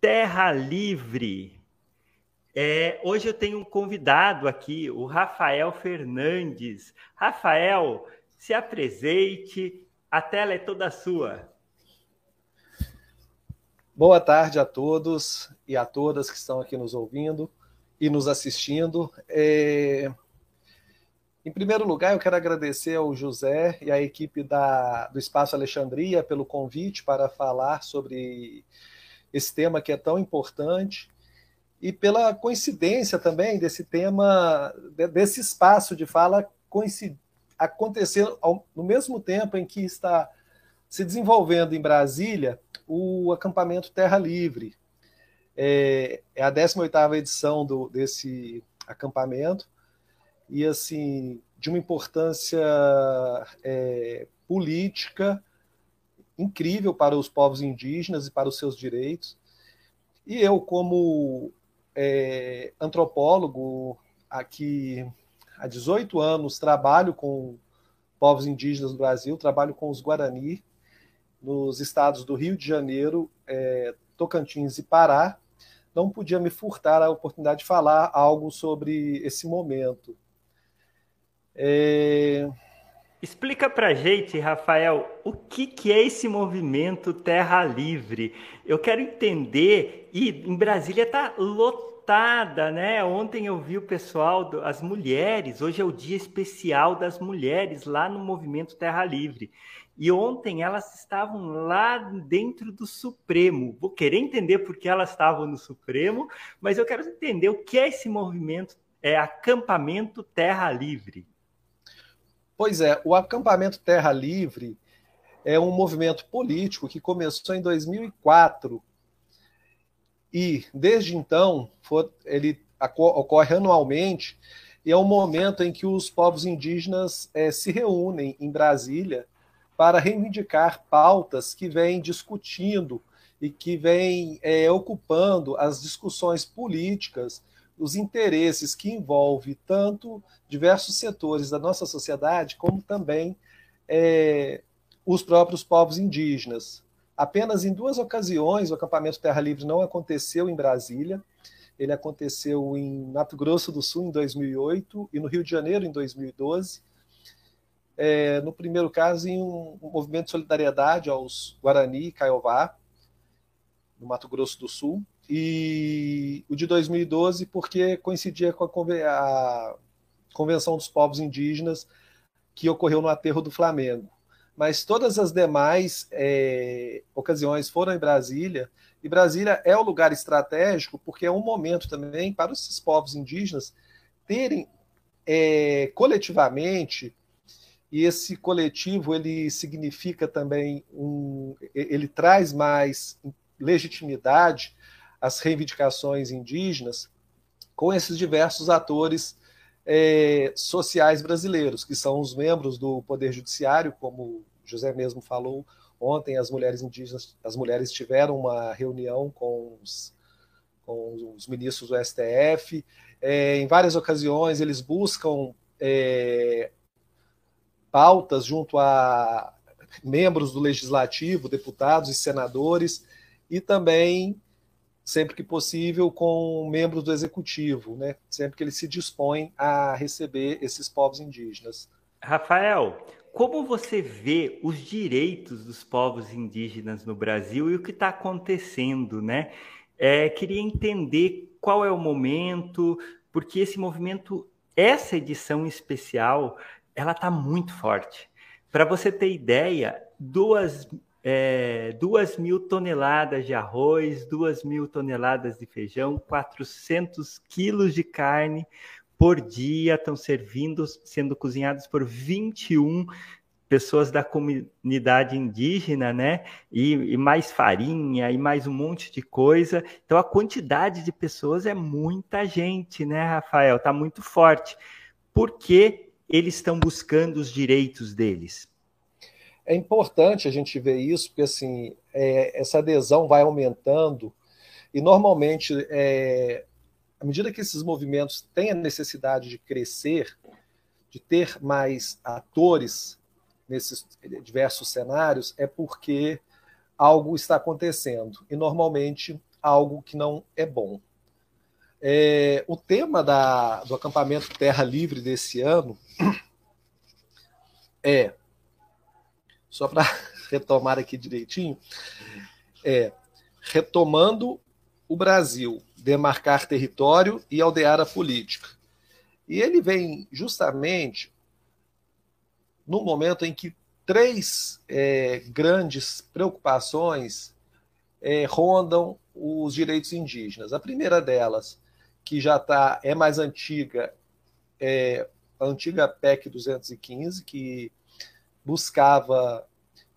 Terra Livre. Hoje eu tenho um convidado aqui, o Rafael Fernandes. Rafael, se apresente, a tela é toda sua. Boa tarde a todos e a todas que estão aqui nos ouvindo e nos assistindo. Em primeiro lugar, eu quero agradecer ao José e à equipe do Espaço Alexandria pelo convite para falar sobre esse tema que é tão importante e pela coincidência também desse tema, desse espaço de fala acontecer no mesmo tempo em que está se desenvolvendo em Brasília o acampamento Terra Livre. É a 18ª edição desse acampamento e, assim, de uma importância política incrível para os povos indígenas e para os seus direitos. E eu, como antropólogo, aqui há 18 anos, trabalho com povos indígenas do Brasil, trabalho com os Guarani, nos estados do Rio de Janeiro, Tocantins e Pará, não podia me furtar a oportunidade de falar algo sobre esse momento. Explica pra gente, Rafael, o que é esse movimento Terra Livre? Eu quero entender, e em Brasília está lotada, né? Ontem eu vi o pessoal, as mulheres, hoje é o dia especial das mulheres lá no movimento Terra Livre. E ontem elas estavam lá dentro do Supremo. Vou querer entender por que elas estavam no Supremo, mas eu quero entender o que é esse movimento, acampamento Terra Livre. Pois é, o acampamento Terra Livre é um movimento político que começou em 2004 e, desde então, ele ocorre anualmente e é um momento em que os povos indígenas se reúnem em Brasília para reivindicar pautas que vêm discutindo e que vêm ocupando as discussões políticas, os interesses que envolvem tanto diversos setores da nossa sociedade, como também os próprios povos indígenas. Apenas em 2 ocasiões o acampamento Terra Livre não aconteceu em Brasília. Ele aconteceu em Mato Grosso do Sul em 2008 e no Rio de Janeiro em 2012. No primeiro caso, em um movimento de solidariedade aos Guarani e Kaiowá, no Mato Grosso do Sul, e o de 2012 porque coincidia com a Convenção dos Povos Indígenas, que ocorreu no Aterro do Flamengo. Mas todas as demais ocasiões foram em Brasília, e Brasília é o lugar estratégico porque é um momento também para esses povos indígenas terem coletivamente, e esse coletivo ele significa também ele traz mais legitimidade às reivindicações indígenas com esses diversos atores sociais brasileiros, que são os membros do Poder Judiciário, como o José mesmo falou ontem, as mulheres indígenas, as mulheres tiveram uma reunião com os ministros do STF, em várias ocasiões eles buscam pautas junto a membros do Legislativo, deputados e senadores, e também, sempre que possível, com membros do Executivo, né? Sempre que eles se dispõem a receber esses povos indígenas. Rafael, como você vê os direitos dos povos indígenas no Brasil e o que está acontecendo, né? Queria entender qual é o momento, porque esse movimento, essa edição especial, ela está muito forte. Para você ter ideia, 2.000 toneladas de arroz, 2.000 toneladas de feijão, 400 quilos de carne por dia estão sendo cozinhados por 21 pessoas da comunidade indígena, né? E mais farinha e mais um monte de coisa. Então a quantidade de pessoas é muita gente, né, Rafael? Está muito forte. Por que eles estão buscando os direitos deles? É importante a gente ver isso, porque assim, essa adesão vai aumentando e normalmente, à medida que esses movimentos têm a necessidade de crescer, de ter mais atores nesses diversos cenários, é porque algo está acontecendo. E normalmente algo que não é bom. O tema do acampamento Terra Livre desse ano só para retomar aqui direitinho, retomando o Brasil, demarcar território e aldear a política. E ele vem justamente no momento em que três grandes preocupações rondam os direitos indígenas. A primeira delas, que já é mais antiga, é a antiga PEC 215, que buscava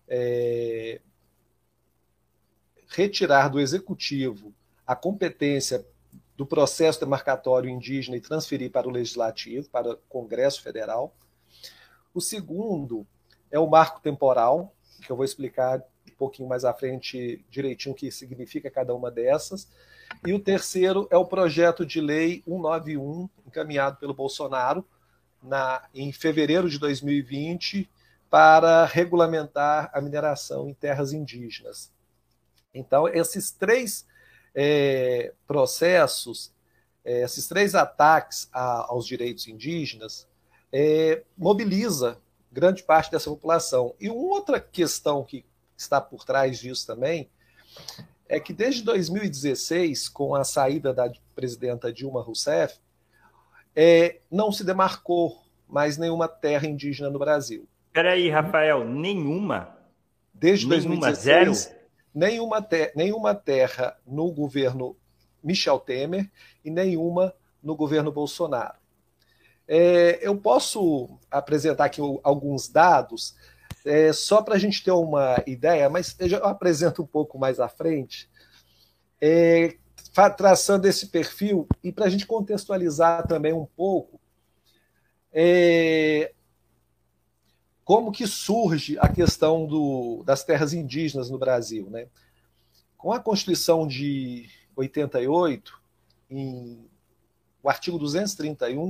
retirar do executivo a competência do processo demarcatório indígena e transferir para o legislativo, para o Congresso Federal. O segundo é o marco temporal, que eu vou explicar um pouquinho mais à frente direitinho o que significa cada uma dessas. E o terceiro é o projeto de lei 191, encaminhado pelo Bolsonaro em fevereiro de 2020, para regulamentar a mineração em terras indígenas. Então, esses três processos, esses três ataques aos direitos indígenas, mobiliza grande parte dessa população. E uma outra questão que está por trás disso também é que desde 2016, com a saída da presidenta Dilma Rousseff, não se demarcou mais nenhuma terra indígena no Brasil. Espera aí, Rafael, nenhuma? Desde nenhuma, 2016, zero? Nenhuma terra no governo Michel Temer e nenhuma no governo Bolsonaro. Eu posso apresentar aqui alguns dados, só para a gente ter uma ideia, mas eu já apresento um pouco mais à frente, traçando esse perfil e para a gente contextualizar também um pouco como que surge a questão das terras indígenas no Brasil, né? Com a Constituição de 88, o artigo 231,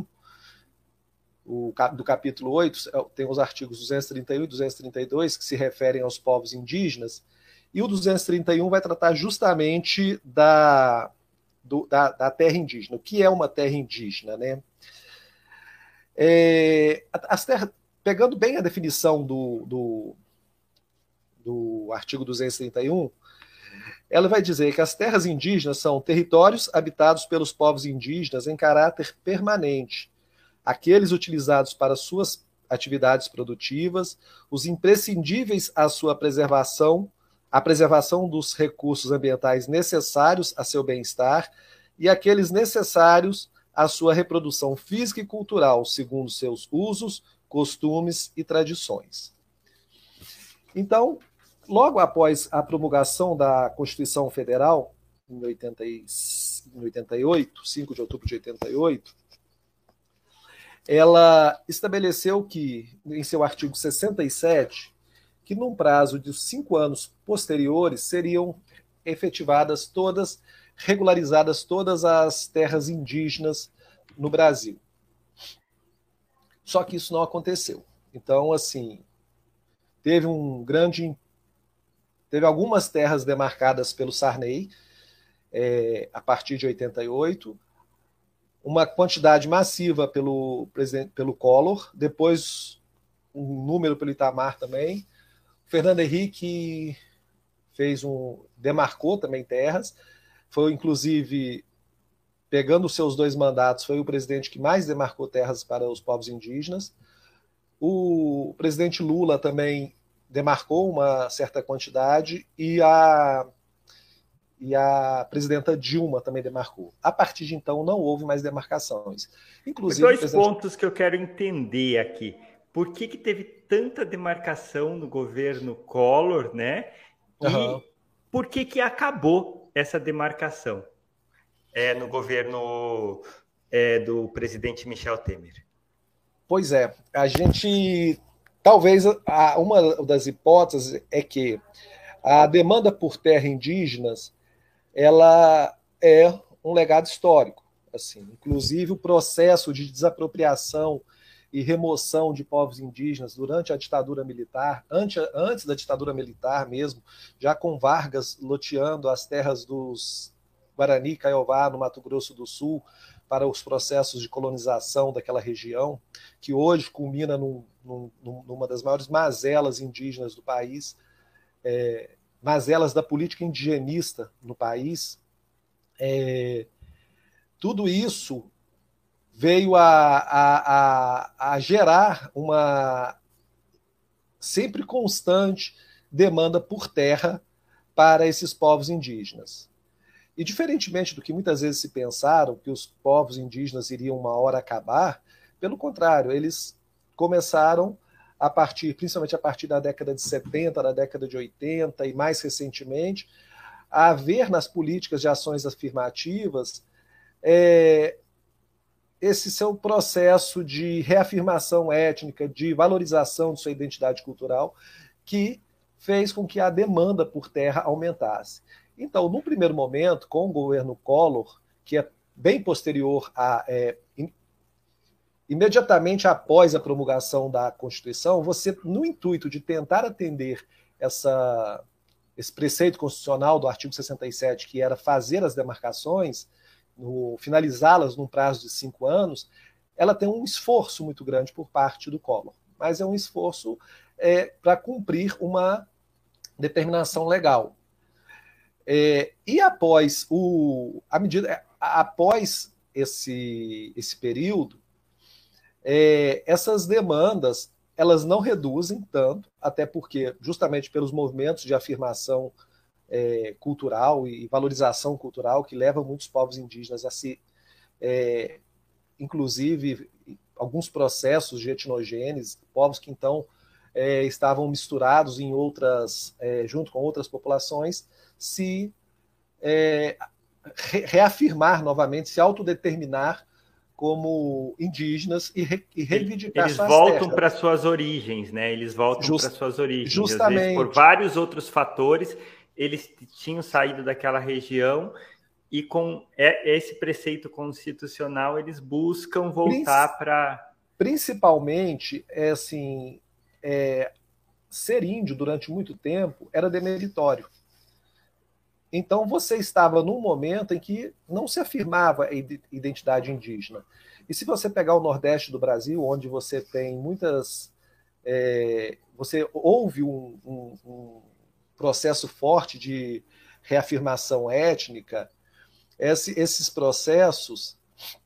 do capítulo 8, tem os artigos 231 e 232, que se referem aos povos indígenas, e o 231 vai tratar justamente da terra indígena. O que é uma terra indígena, né? As terras, pegando bem a definição do artigo 231, ela vai dizer que as terras indígenas são territórios habitados pelos povos indígenas em caráter permanente, aqueles utilizados para suas atividades produtivas, os imprescindíveis à sua preservação, a preservação dos recursos ambientais necessários a seu bem-estar e aqueles necessários à sua reprodução física e cultural, segundo seus usos, costumes e tradições. Então, logo após a promulgação da Constituição Federal, em 88, 5 de outubro de 88, ela estabeleceu que, em seu artigo 67, que num prazo de 5 anos posteriores seriam regularizadas todas as terras indígenas no Brasil. Só que isso não aconteceu. Então, assim, teve algumas terras demarcadas pelo Sarney, a partir de 88, uma quantidade massiva pelo Collor, depois um número pelo Itamar também. O Fernando Henrique demarcou também terras, foi inclusive, pegando os seus 2 mandatos, foi o presidente que mais demarcou terras para os povos indígenas. O presidente Lula também demarcou uma certa quantidade e a presidenta Dilma também demarcou. A partir de então, não houve mais demarcações. Inclusive, 2 pontos que eu quero entender aqui. Por que teve tanta demarcação no governo Collor, né? E por que acabou essa demarcação no governo do presidente Michel Temer? Pois é, a gente... Talvez uma das hipóteses é que a demanda por terra indígenas ela é um legado histórico. Assim. Inclusive, o processo de desapropriação e remoção de povos indígenas durante a ditadura militar, antes da ditadura militar mesmo, já com Vargas loteando as terras dos Guarani, Kaiowá, no Mato Grosso do Sul, para os processos de colonização daquela região, que hoje culmina numa das maiores mazelas indígenas do país, mazelas da política indigenista no país. Tudo isso veio a gerar uma sempre constante demanda por terra para esses povos indígenas. E diferentemente do que muitas vezes se pensaram, que os povos indígenas iriam uma hora acabar, pelo contrário, eles começaram principalmente a partir da década de 70, da década de 80 e mais recentemente, a ver nas políticas de ações afirmativas esse seu processo de reafirmação étnica, de valorização de sua identidade cultural, que fez com que a demanda por terra aumentasse. Então, no primeiro momento, com o governo Collor, que é bem posterior imediatamente após a promulgação da Constituição, você, no intuito de tentar atender esse preceito constitucional do artigo 67, que era fazer as demarcações, finalizá-las num prazo de 5 anos, ela tem um esforço muito grande por parte do Collor, mas é um esforço para cumprir uma determinação legal. E após esse período, essas demandas elas não reduzem tanto, até porque, justamente pelos movimentos de afirmação cultural e valorização cultural que levam muitos povos indígenas a se, inclusive, alguns processos de etnogênese, povos que então estavam misturados em junto com outras populações, se reafirmar novamente, se autodeterminar como indígenas e reivindicar eles suas terras. Eles voltam para suas origens, né? Eles voltam para suas origens. Justamente. Às vezes, por vários outros fatores, eles tinham saído daquela região e com esse preceito constitucional eles buscam voltar para... Principalmente, ser índio durante muito tempo era demeritório. Então você estava num momento em que não se afirmava a identidade indígena. E se você pegar o Nordeste do Brasil, onde você tem muitas... você houve um processo forte de reafirmação étnica, esses processos,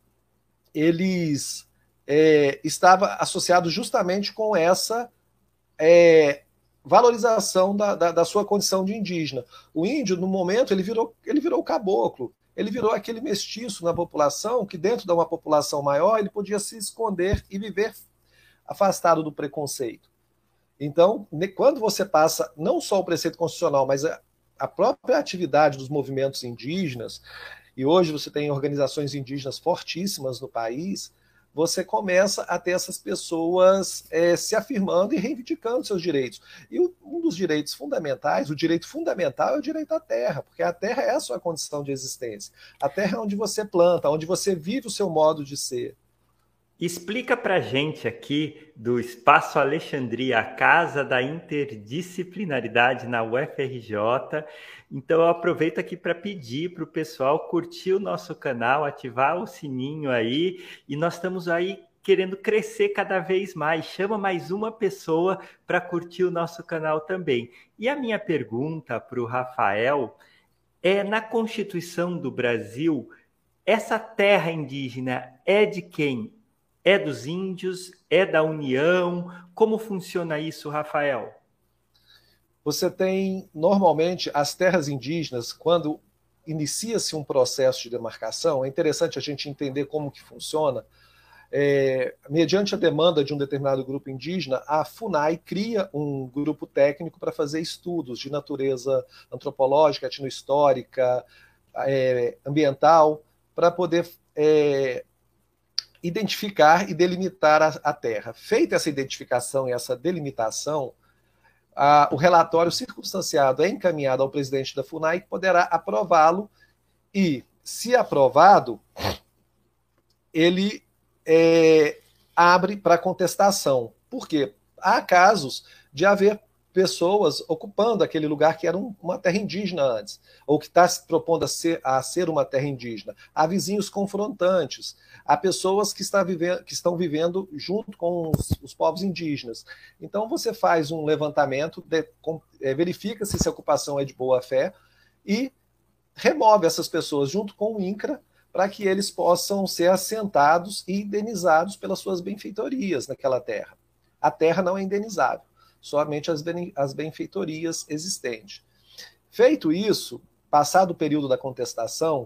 eles estavam associados justamente com essa valorização da sua condição de indígena. O índio, no momento, ele virou o caboclo, ele virou aquele mestiço na população, que dentro de uma população maior ele podia se esconder e viver afastado do preconceito. Então, quando você passa não só o preceito constitucional, mas a própria atividade dos movimentos indígenas, e hoje você tem organizações indígenas fortíssimas no país, você começa a ter essas pessoas se afirmando e reivindicando seus direitos. E um dos direitos fundamentais, o direito fundamental é o direito à terra, porque a terra é a sua condição de existência. A terra é onde você planta, onde você vive o seu modo de ser. Explica para a gente aqui do Espaço Alexandria, a Casa da Interdisciplinaridade na UFRJ. Então eu aproveito aqui para pedir para o pessoal curtir o nosso canal, ativar o sininho aí, e nós estamos aí querendo crescer cada vez mais. Chama mais uma pessoa para curtir o nosso canal também. E a minha pergunta para o Rafael na Constituição do Brasil, essa terra indígena é de quem? É dos índios? É da União? Como funciona isso, Rafael? Você tem, normalmente, as terras indígenas, quando inicia-se um processo de demarcação, é interessante a gente entender como que funciona. Mediante a demanda de um determinado grupo indígena, a FUNAI cria um grupo técnico para fazer estudos de natureza antropológica, etnohistórica, ambiental, para poder identificar e delimitar a terra. Feita essa identificação e essa delimitação, o relatório circunstanciado é encaminhado ao presidente da FUNAI, que poderá aprová-lo e, se aprovado, ele abre para contestação. Por quê? Há casos de haver pessoas ocupando aquele lugar que era uma terra indígena antes, ou que está se propondo a ser uma terra indígena. Há vizinhos confrontantes, há pessoas que estão vivendo junto com os povos indígenas. Então você faz um levantamento, verifica se essa ocupação é de boa fé e remove essas pessoas junto com o INCRA para que eles possam ser assentados e indenizados pelas suas benfeitorias naquela terra. A terra não é indenizável, somente as benfeitorias existentes. Feito isso, passado o período da contestação,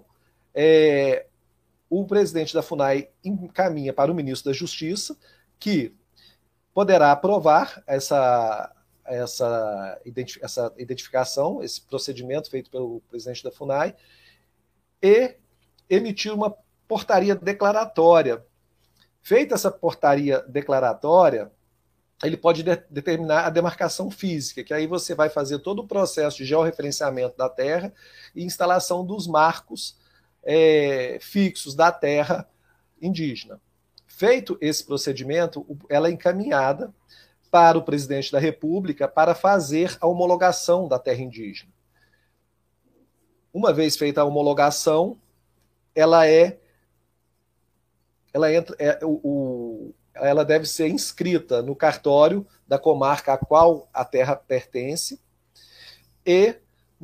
o presidente da FUNAI encaminha para o ministro da Justiça, que poderá aprovar essa identificação, esse procedimento feito pelo presidente da FUNAI, e emitir uma portaria declaratória. Feita essa portaria declaratória, ele pode determinar a demarcação física, que aí você vai fazer todo o processo de georreferenciamento da terra e instalação dos marcos fixos da terra indígena. Feito esse procedimento, ela é encaminhada para o presidente da República para fazer a homologação da terra indígena. Uma vez feita a homologação, ela deve ser inscrita no cartório da comarca a qual a terra pertence e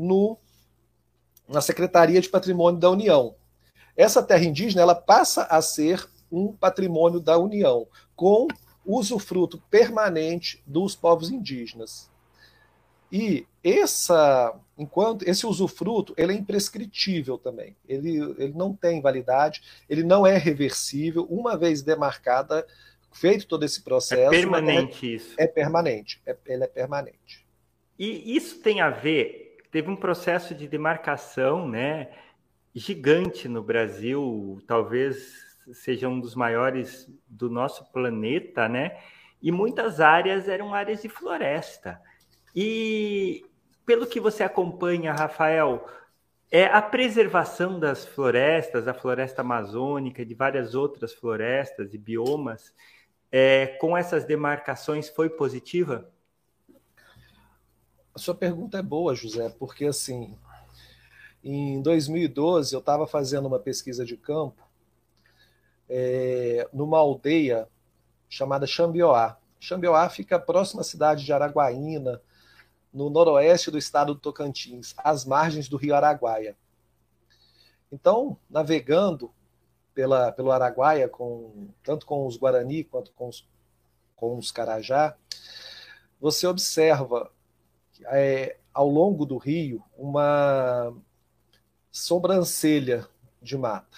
na Secretaria de Patrimônio da União. Essa terra indígena ela passa a ser um patrimônio da União, com usufruto permanente dos povos indígenas. E esse usufruto ele é imprescritível também. Ele não tem validade, ele não é reversível. Uma vez demarcada, feito todo esse processo... É permanente isso. É permanente, ele é permanente. E isso tem a ver... Teve um processo de demarcação, né, gigante no Brasil, talvez seja um dos maiores do nosso planeta, né? E muitas áreas eram áreas de floresta. E, pelo que você acompanha, Rafael, a preservação das florestas, a floresta amazônica, de várias outras florestas e biomas, com essas demarcações foi positiva? A sua pergunta é boa, José, porque assim, em 2012 eu estava fazendo uma pesquisa de campo numa aldeia chamada Xambioá. Xambioá fica próxima à cidade de Araguaína, no noroeste do estado do Tocantins, às margens do rio Araguaia. Então, navegando pelo Araguaia, tanto com os Guarani quanto com os Carajá, você observa ao longo do rio uma sobrancelha de mata.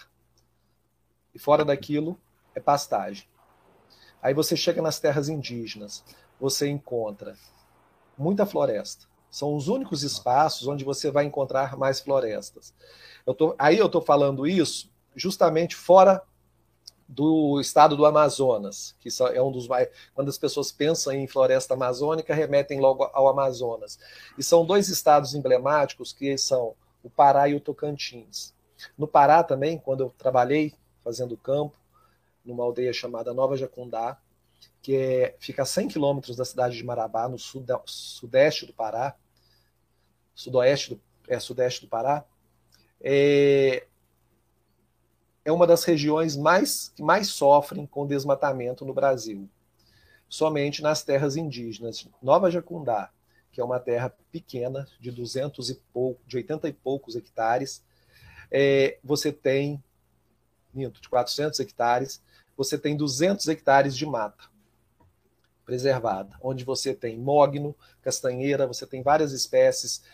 E fora daquilo é pastagem. Aí você chega nas terras indígenas, você encontra muita floresta. São os únicos espaços onde você vai encontrar mais florestas. Eu estou falando isso justamente fora do estado do Amazonas, que é um dos mais... Quando as pessoas pensam em floresta amazônica, remetem logo ao Amazonas. E são dois estados emblemáticos, que são o Pará e o Tocantins. No Pará também, quando eu trabalhei fazendo campo, numa aldeia chamada Nova Jacundá, que fica a 100 quilômetros da cidade de Marabá, no sudeste do Pará, sudeste do Pará, é uma das regiões que mais sofrem com desmatamento no Brasil. Somente nas terras indígenas. Nova Jacundá, que é uma terra pequena, de 80 e poucos hectares, você tem, de 400 hectares, você tem 200 hectares de mata preservada, onde você tem mogno, castanheira, você tem várias espécies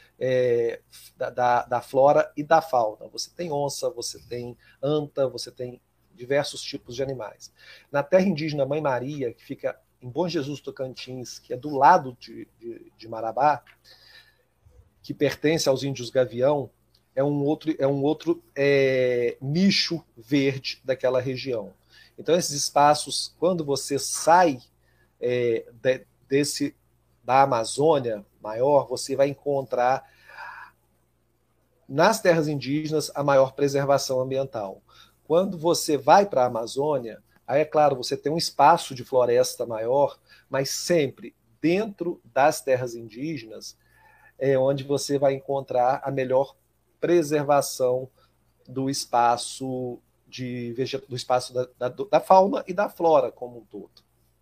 da flora e da fauna. Você tem onça, você tem anta, você tem diversos tipos de animais. Na terra indígena Mãe Maria, que fica em Bom Jesus, Tocantins, que é do lado de Marabá, que pertence aos índios Gavião, é um outro nicho verde daquela região. Então, esses espaços, quando você sai da Amazônia maior, você vai encontrar nas terras indígenas a maior preservação ambiental. Quando você vai para a Amazônia, aí é claro, você tem um espaço de floresta maior, mas sempre dentro das terras indígenas é onde você vai encontrar a melhor preservação do espaço do espaço da fauna e da flora como um todo.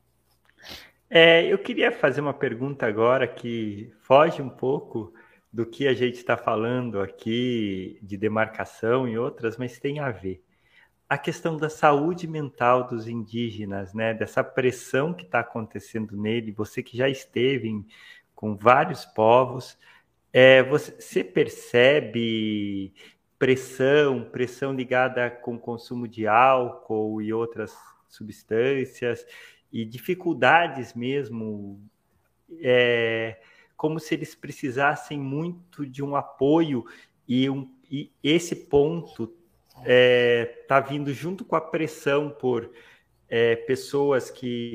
Eu queria fazer uma pergunta agora que foge um pouco do que a gente está falando aqui de demarcação e outras, mas tem a ver. A questão da saúde mental dos indígenas, né? Dessa pressão que está acontecendo nele, você que já esteve com vários povos, você percebe pressão ligada com consumo de álcool e outras substâncias e dificuldades mesmo, como se eles precisassem muito de um apoio e esse ponto está vindo junto com a pressão por pessoas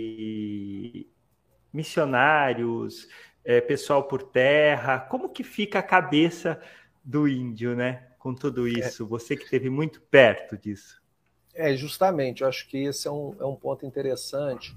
missionários, pessoal por terra. Como que fica a cabeça do índio, né? Com tudo isso, você que esteve muito perto disso. Justamente, eu acho que esse é um ponto interessante.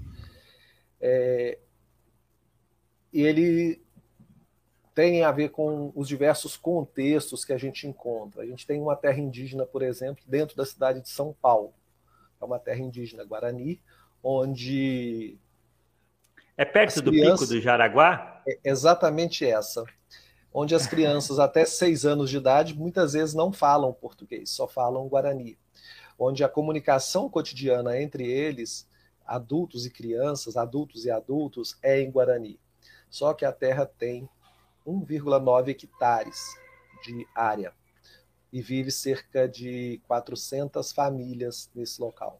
E ele tem a ver com os diversos contextos que a gente encontra. A gente tem uma terra indígena, por exemplo, dentro da cidade de São Paulo. É uma terra indígena Guarani, onde... É perto do Pico do Jaraguá? É exatamente essa. Onde as crianças até 6 anos de idade muitas vezes não falam português, só falam Guarani. Onde a comunicação cotidiana entre eles, adultos e crianças, adultos e adultos, é em Guarani. Só que a terra tem 1,9 hectares de área e vive cerca de 400 famílias nesse local.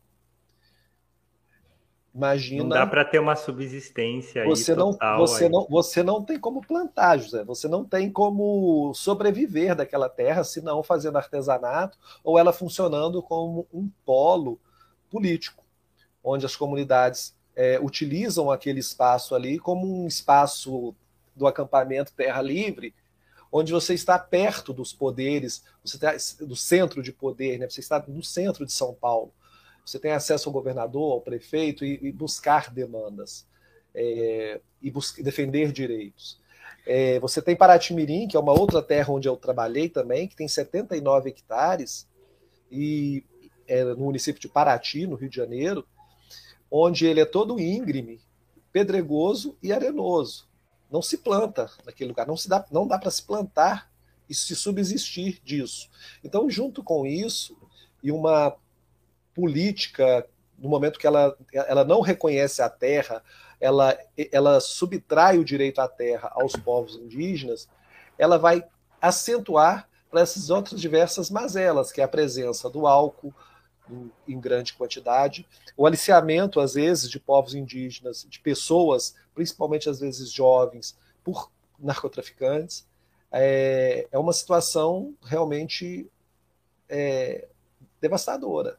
Imagina, não dá para ter uma subsistência aí total. Você não tem como plantar, José. Você não tem como sobreviver daquela terra se não fazendo artesanato ou ela funcionando como um polo político, onde as comunidades utilizam aquele espaço ali como um espaço do acampamento Terra Livre, onde você está perto dos poderes, você está do centro de poder, né? Você está no centro de São Paulo. Você tem acesso ao governador, ao prefeito e buscar demandas e defender direitos. Você tem Paraty-Mirim, que é uma outra terra onde eu trabalhei também, que tem 79 hectares, e no município de Paraty, no Rio de Janeiro, onde ele é todo íngreme, pedregoso e arenoso. Não se planta naquele lugar, não dá para se plantar e se subsistir disso. Então, junto com isso, e uma política, no momento que ela não reconhece a terra, ela subtrai o direito à terra aos povos indígenas, ela vai acentuar para essas outras diversas mazelas, que é a presença do álcool em grande quantidade, o aliciamento, às vezes, de povos indígenas, de pessoas, principalmente, às vezes, jovens, por narcotraficantes. É uma situação realmente devastadora.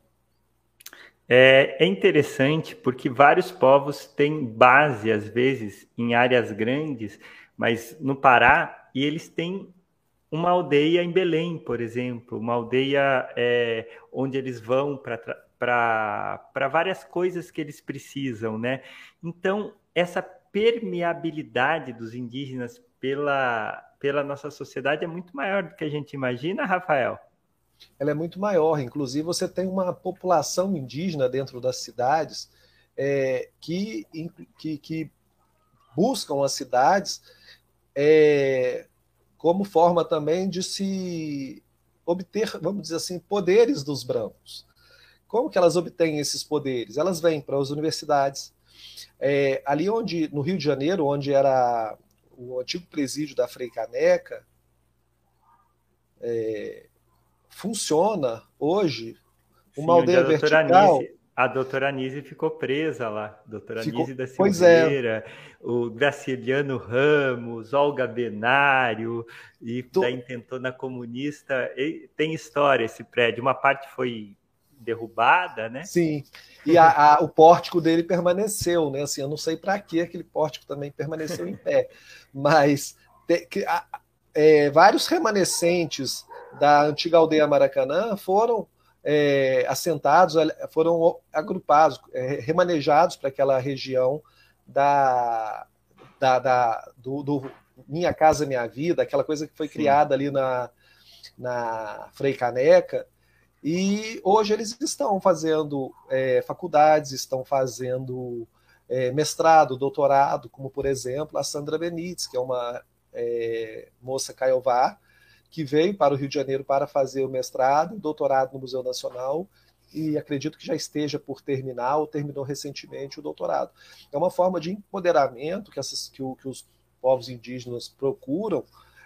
É interessante porque vários povos têm base, às vezes, em áreas grandes, mas no Pará, e eles têm uma aldeia em Belém, por exemplo, uma aldeia onde eles vão para várias coisas que eles precisam, né? Então, essa permeabilidade dos indígenas pela nossa sociedade é muito maior do que a gente imagina, Rafael. Ela é muito maior. Inclusive, você tem uma população indígena dentro das cidades que buscam as cidades como forma também de se obter, vamos dizer assim, poderes dos brancos. Como que elas obtêm esses poderes? Elas vêm para as universidades. Ali no Rio de Janeiro, onde era o antigo presídio da Frei Caneca, funciona hoje uma aldeia vertical. A doutora Anise ficou presa lá. Doutora Anise da Silveira, o Graciliano Ramos, Olga Benário, e da Intentona Comunista. Tem história esse prédio. Uma parte foi derrubada, né? Sim, e o pórtico dele permaneceu, né? Assim, eu não sei para que aquele pórtico também permaneceu em pé, mas vários remanescentes da antiga aldeia Maracanã foram assentados, foram agrupados, remanejados para aquela região do Minha Casa Minha Vida, aquela coisa que foi criada ali na Frei Caneca, e hoje eles estão fazendo faculdades, estão fazendo mestrado, doutorado, como, por exemplo, a Sandra Benites, que é uma moça caiová, que veio para o Rio de Janeiro para fazer o mestrado e doutorado no Museu Nacional, e acredito que já esteja por terminar, ou terminou recentemente o doutorado. É uma forma de empoderamento que os povos indígenas procuram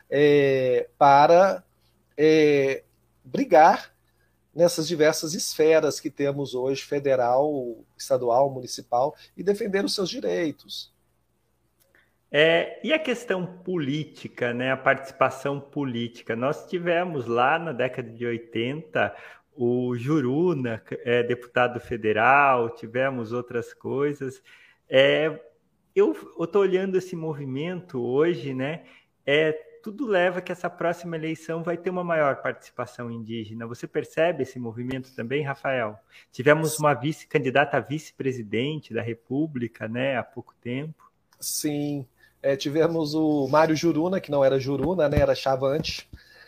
para brigar nessas diversas esferas que temos hoje, federal, estadual, municipal, e defender os seus direitos. E a questão política, né? A participação política. Nós tivemos lá na década de 80 o Juruna, deputado federal, tivemos outras coisas. Eu estou olhando esse movimento hoje, né? Tudo leva que essa próxima eleição vai ter uma maior participação indígena. Você percebe esse movimento também, Rafael? Tivemos uma candidata a vice-presidente da República, né? Há pouco tempo. Sim. Tivemos o Mário Juruna, que não era Juruna, né, era Chavante.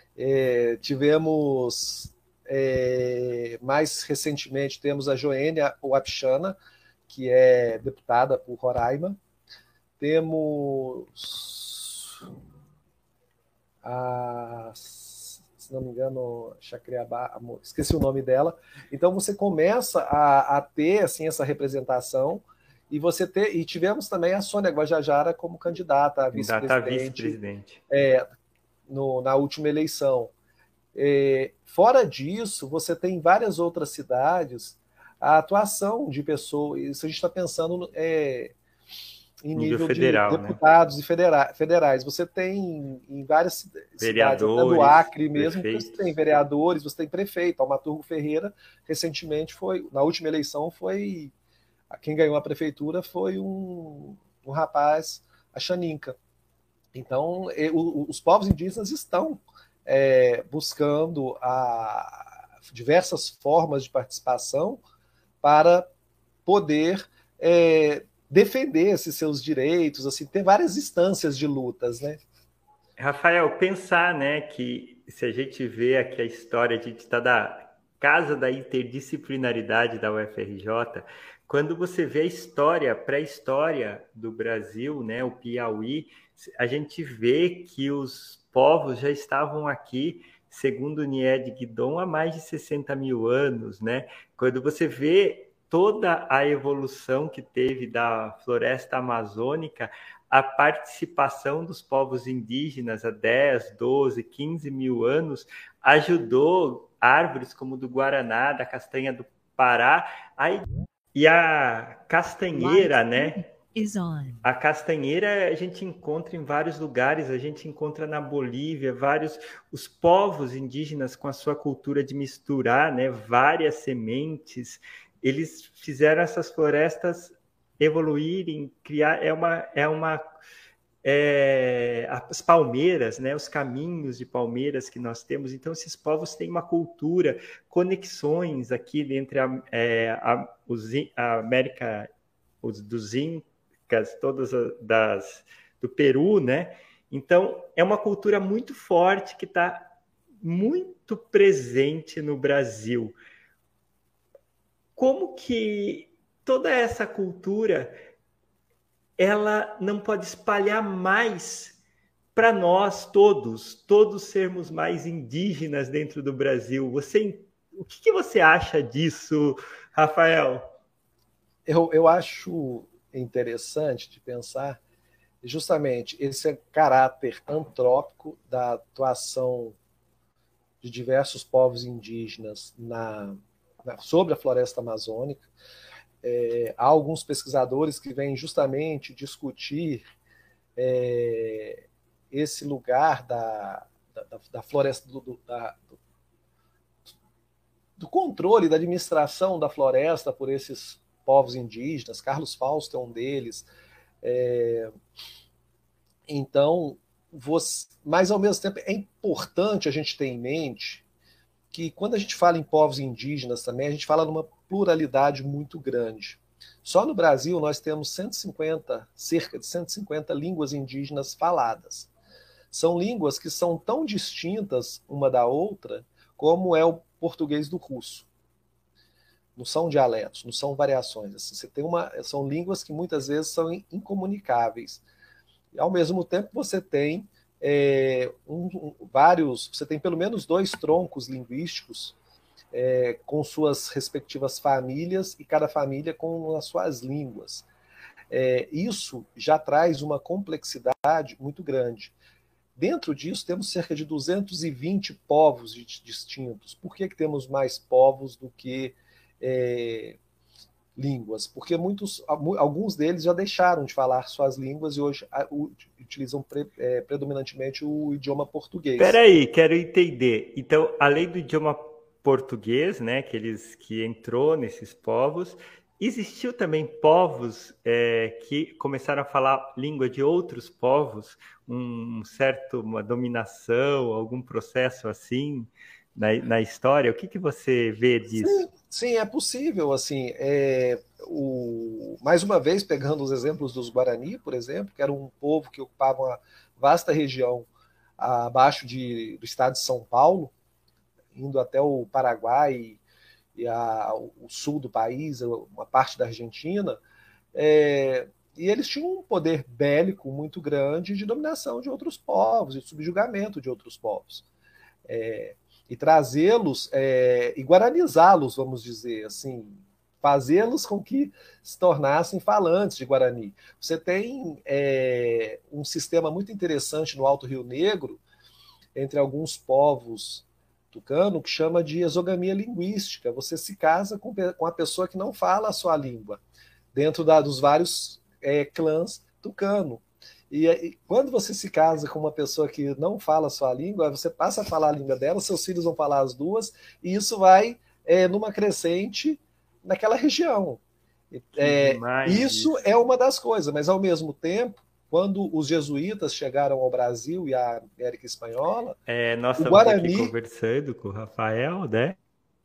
Tivemos, mais recentemente, temos a Joênia Wapichana, que é deputada por Roraima. Temos se não me engano, Chacriabá, esqueci o nome dela. Então você começa a ter assim, essa representação. E tivemos também a Sônia Guajajara como candidata a vice-presidente na última eleição. Fora disso, você tem em várias outras cidades a atuação de pessoas. Isso a gente está pensando em nível federal, de deputados, né? E federais. Você tem em várias cidades, até do Acre mesmo, você tem vereadores, você tem prefeito. Almaturgo Ferreira, recentemente, na última eleição, quem ganhou a prefeitura foi um rapaz, a Xaninca. Então, os povos indígenas estão buscando diversas formas de participação para poder defender esses seus direitos, assim, ter várias instâncias de lutas, né? Rafael, pensar, né, que se a gente vê aqui a história, a gente está da Casa da Interdisciplinaridade da UFRJ, quando você vê a história, pré-história do Brasil, né, o Piauí, a gente vê que os povos já estavam aqui, segundo o Nied Guidon, há mais de 60 mil anos, né? Quando você vê toda a evolução que teve da floresta amazônica, a participação dos povos indígenas há 10, 12, 15 mil anos ajudou árvores como do Guaraná, da castanha do Pará, e a castanheira, né? A castanheira a gente encontra em vários lugares, a gente encontra na Bolívia, os povos indígenas com a sua cultura de misturar, né, várias sementes, eles fizeram essas florestas evoluírem, criar, as palmeiras, né, os caminhos de palmeiras que nós temos. Então, esses povos têm uma cultura, conexões aqui entre a América dos Incas, todas do Peru, né? Então, é uma cultura muito forte que está muito presente no Brasil. Como que toda essa cultura ela não pode espalhar mais para nós todos sermos mais indígenas dentro do Brasil? O que você acha disso, Rafael? Eu acho interessante de pensar justamente esse caráter antrópico da atuação de diversos povos indígenas sobre a floresta amazônica. Há alguns pesquisadores que vêm justamente discutir esse lugar da floresta, do controle, da administração da floresta por esses povos indígenas. Carlos Fausto é um deles. Então, mas ao mesmo tempo é importante a gente ter em mente que quando a gente fala em povos indígenas também, a gente fala numa pluralidade muito grande. Só no Brasil nós temos 150, cerca de 150 línguas indígenas faladas. São línguas que são tão distintas uma da outra como é o português do russo. Não são dialetos, não são variações. Assim, você tem são línguas que muitas vezes são incomunicáveis. E, ao mesmo tempo, você tem você tem pelo menos 2 troncos linguísticos com suas respectivas famílias e cada família com as suas línguas. Isso já traz uma complexidade muito grande. Dentro disso, temos cerca de 220 povos distintos. Por que temos mais povos do que línguas? Porque alguns deles já deixaram de falar suas línguas e hoje utilizam predominantemente o idioma português. Espera aí, quero entender. Então, além do idioma português, né, que entrou nesses povos, existiu também povos que começaram a falar língua de outros povos, uma dominação, algum processo assim na história? O que você vê disso? Sim, é possível. Assim, mais uma vez, pegando os exemplos dos Guarani, por exemplo, que era um povo que ocupava uma vasta região abaixo do estado de São Paulo, indo até o Paraguai o sul do país, uma parte da Argentina, e eles tinham um poder bélico muito grande de dominação de outros povos, de subjugamento de outros povos. E trazê-los e guaranizá-los, vamos dizer assim, fazê-los com que se tornassem falantes de Guarani. Você tem um sistema muito interessante no Alto Rio Negro, entre alguns povos tucano, que chama de exogamia linguística. Você se casa com uma pessoa que não fala a sua língua, dentro dos vários clãs tucano. E quando você se casa com uma pessoa que não fala a sua língua, você passa a falar a língua dela, seus filhos vão falar as duas, e isso vai numa crescente naquela região. Isso é uma das coisas, mas ao mesmo tempo, quando os jesuítas chegaram ao Brasil e à América Espanhola, nós o estamos Guarani... aqui conversando com o Rafael, né?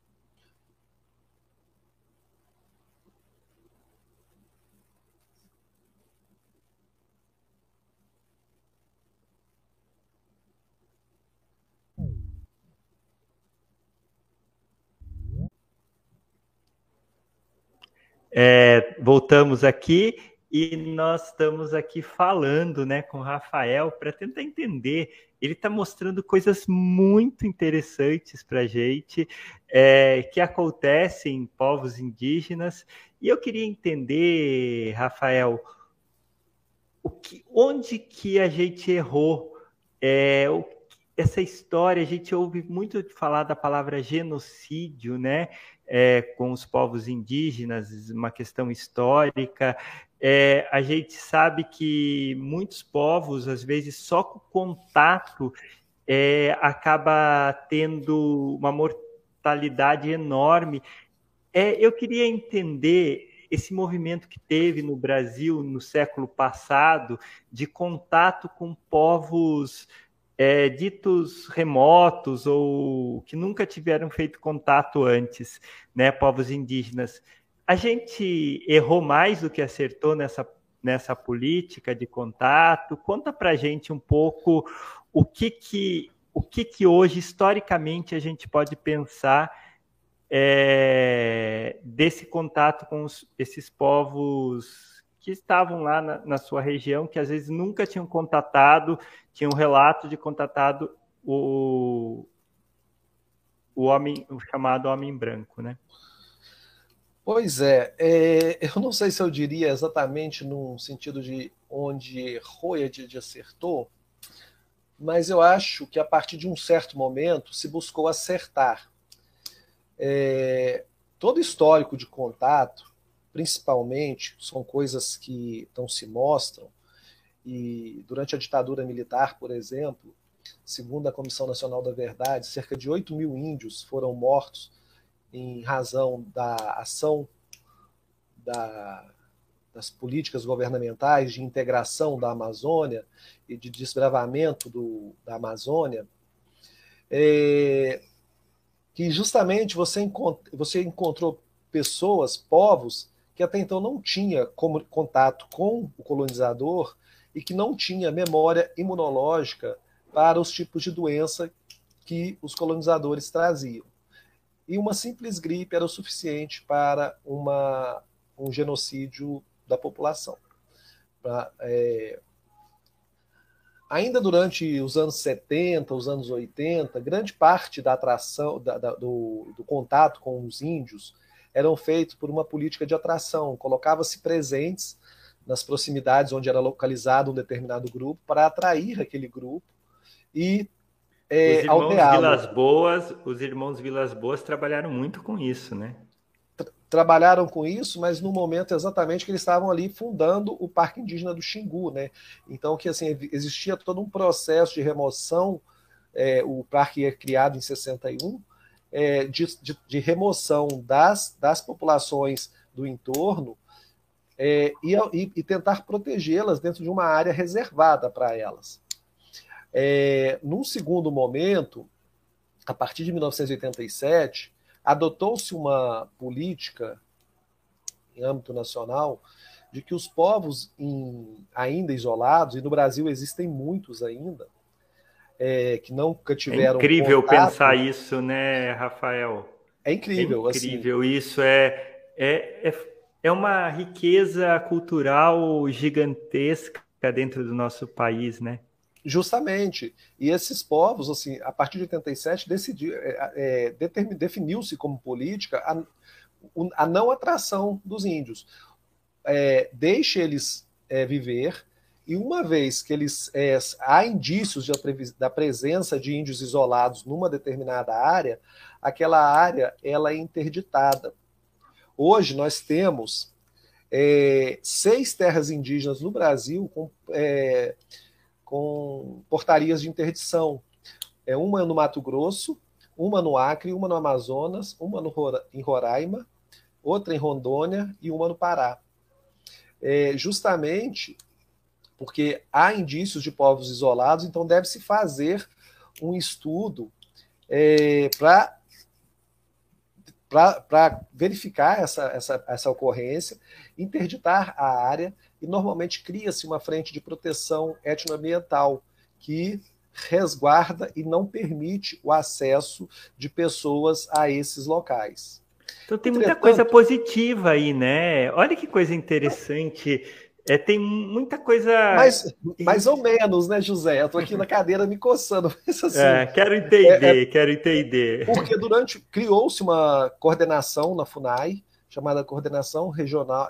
Voltamos aqui e nós estamos aqui falando, né, com o Rafael para tentar entender. Ele está mostrando coisas muito interessantes para a gente que acontecem em povos indígenas. E eu queria entender, Rafael, onde que a gente errou? Essa história, a gente ouve muito falar da palavra genocídio, né? Com os povos indígenas, uma questão histórica. A gente sabe que muitos povos, às vezes, só com contato acaba tendo uma mortalidade enorme. Eu queria entender esse movimento que teve no Brasil no século passado de contato com povos ditos remotos ou que nunca tiveram feito contato antes, né, povos indígenas. A gente errou mais do que acertou nessa política de contato. Conta para a gente um pouco o que hoje, historicamente, a gente pode pensar desse contato com esses povos que estavam lá na sua região, que às vezes nunca tinham contatado, tinham um relato de contatado o chamado homem branco, né? Pois eu não sei se eu diria exatamente no sentido de onde errou e de acertou, mas eu acho que a partir de um certo momento se buscou acertar. Todo histórico de contato, principalmente, são coisas que não se mostram, e durante a ditadura militar, por exemplo, segundo a Comissão Nacional da Verdade, cerca de 8.000 índios foram mortos em razão da ação das políticas governamentais de integração da Amazônia e de desbravamento da Amazônia, que justamente você encontrou pessoas, povos, que até então não tinha contato com o colonizador e que não tinha memória imunológica para os tipos de doença que os colonizadores traziam. E uma simples gripe era o suficiente para um genocídio da população. Ainda durante os anos 70, os anos 80, grande parte da atração, do contato com os índios eram feitos por uma política de atração. Colocava-se presentes nas proximidades onde era localizado um determinado grupo para atrair aquele grupo e aldeá-lo. Os irmãos Vilas Boas trabalharam muito com isso, né? Trabalharam com isso, mas no momento exatamente que eles estavam ali fundando o Parque Indígena do Xingu, né? Então que assim existia todo um processo de remoção, o parque é criado em 61, de remoção das populações do entorno e tentar protegê-las dentro de uma área reservada para elas. Num segundo momento, a partir de 1987, adotou-se uma política em âmbito nacional de que os povos ainda isolados, e no Brasil existem muitos ainda, que nunca tiveram contato. É incrível pensar isso, né, Rafael? É incrível. É incrível, assim. Isso é uma riqueza cultural gigantesca dentro do nosso país, né? Justamente. E esses povos, assim, a partir de 87, definiu-se como política a não atração dos índios. Deixe eles viver, e uma vez que há indícios da presença de índios isolados numa determinada área, aquela área ela é interditada. Hoje nós temos 6 terras indígenas no Brasil com portarias de interdição. Uma no Mato Grosso, uma no Acre, uma no Amazonas, uma em Roraima, outra em Rondônia e uma no Pará. Justamente porque há indícios de povos isolados, então deve-se fazer um estudo para verificar essa ocorrência, interditar a área, e normalmente cria-se uma frente de proteção etnoambiental que resguarda e não permite o acesso de pessoas a esses locais. Então tem muita coisa positiva aí, né? Olha que coisa interessante. Tem muita coisa... Mais ou menos, né, José? Eu estou aqui na cadeira me coçando. Mas, assim, quero entender. Porque criou-se uma coordenação na FUNAI, chamada Coordenação Regional